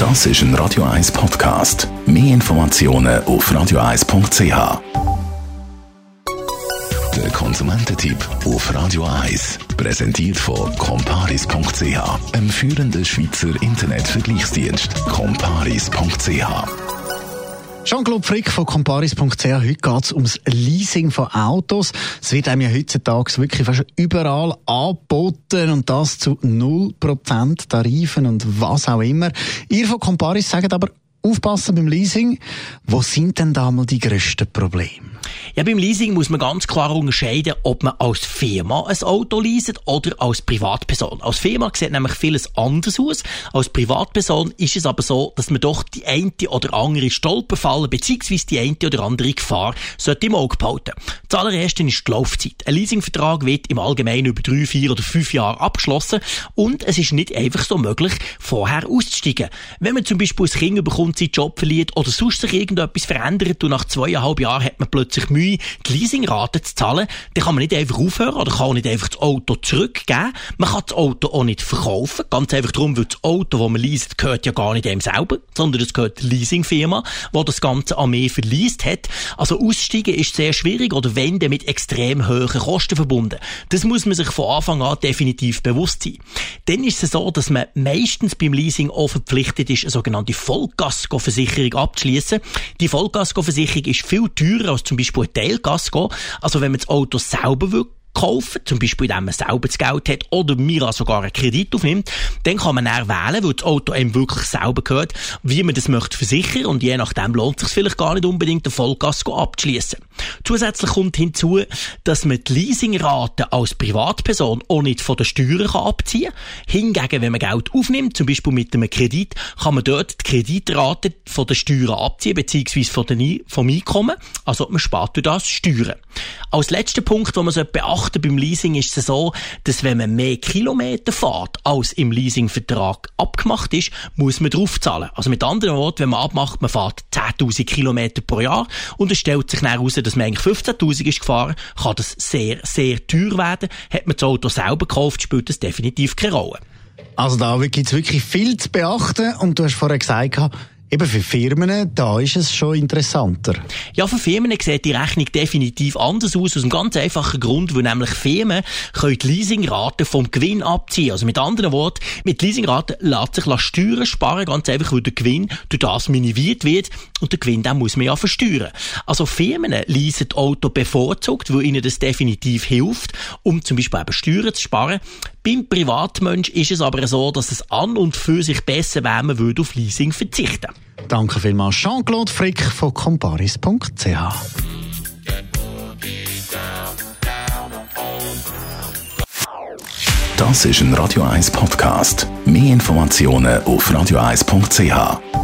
Das ist ein Radio 1 Podcast. Mehr Informationen auf radio1.ch. Der Konsumententipp auf Radio 1. Präsentiert von comparis.ch, einem führenden Schweizer Internetvergleichsdienst. comparis.ch. Jean-Claude Frick von comparis.ch. Heute geht es ums Leasing von Autos. Es wird einem ja heutzutage wirklich fast überall angeboten und das zu 0% Tarifen und was auch immer. Ihr von Comparis sagt aber, aufpassen beim Leasing. Wo sind denn da mal die grössten Probleme? Ja, beim Leasing muss man ganz klar unterscheiden, ob man als Firma ein Auto leaset oder als Privatperson. Als Firma sieht nämlich vieles anders aus. Als Privatperson ist es aber so, dass man doch die eine oder andere Stolperfalle bzw. die eine oder andere Gefahr sollte im Auge behalten. Das allererste ist die Laufzeit. Ein Leasingvertrag wird im Allgemeinen über 3, 4 oder 5 Jahre abgeschlossen und es ist nicht einfach so möglich, vorher auszusteigen. Wenn man zum Beispiel ein Kind bekommt, seinen Job verliert oder sonst sich irgendetwas verändert und nach 2,5 Jahren hat man plötzlich Mühe, die Leasingrate zu zahlen, dann kann man nicht einfach aufhören oder kann nicht einfach das Auto zurückgeben. Man kann das Auto auch nicht verkaufen. Ganz einfach darum, weil das Auto, das man leaset, gehört ja gar nicht einem selber, sondern es gehört der Leasingfirma, die das Ganze an mehr verleast hat. Also aussteigen ist sehr schwierig oder wenn, dann mit extrem hohen Kosten verbunden. Das muss man sich von Anfang an definitiv bewusst sein. Dann ist es so, dass man meistens beim Leasing auch verpflichtet ist, eine sogenannte Vollkaskoversicherung abzuschließen. Die Vollkaskoversicherung ist viel teurer als zum Beispiel ein Teilkasko. Also wenn man das Auto selber kaufen, zum Beispiel, indem man selber das Geld hat oder Mira sogar einen Kredit aufnimmt, dann kann man dann wählen, weil das Auto einem wirklich selber gehört, wie man das möchte versichern und je nachdem lohnt es sich vielleicht gar nicht unbedingt, den Vollkasko abzuschließen. Zusätzlich kommt hinzu, dass man die Leasingrate als Privatperson auch nicht von den Steuern abziehen kann. Hingegen, wenn man Geld aufnimmt, zum Beispiel mit einem Kredit, kann man dort die Kreditrate von den Steuern abziehen, beziehungsweise vom Einkommen. Also man spart durch das Steuern. Als letzter Punkt, den man beachten beim Leasing, ist es so, dass wenn man mehr Kilometer fährt, als im Leasingvertrag abgemacht ist, muss man draufzahlen. Also mit anderen Worten, wenn man abmacht, man fährt 10'000 Kilometer pro Jahr und es stellt sich dann heraus, dass man eigentlich 15'000 ist gefahren, kann das sehr, sehr teuer werden. Hat man das Auto selber gekauft, spielt das definitiv keine Rolle. Also da gibt es wirklich viel zu beachten und du hast vorher gesagt, eben für Firmen, da ist es schon interessanter. Ja, für Firmen sieht die Rechnung definitiv anders aus, aus einem ganz einfachen Grund, weil nämlich Firmen können die Leasingrate vom Gewinn abziehen. Also mit anderen Worten, mit Leasingraten lässt sich Steuern sparen, ganz einfach, weil der Gewinn durch das minimiert wird und der Gewinn, den muss man ja versteuern. Also Firmen leasen das Auto bevorzugt, weil ihnen das definitiv hilft, um zum Beispiel eben Steuern zu sparen. Beim Privatmensch ist es aber so, dass es an und für sich besser wäre, man würde auf Leasing verzichten. Danke vielmals, Jean-Claude Frick von comparis.ch. Das ist ein Radio 1 Podcast. Mehr Informationen auf radio1.ch.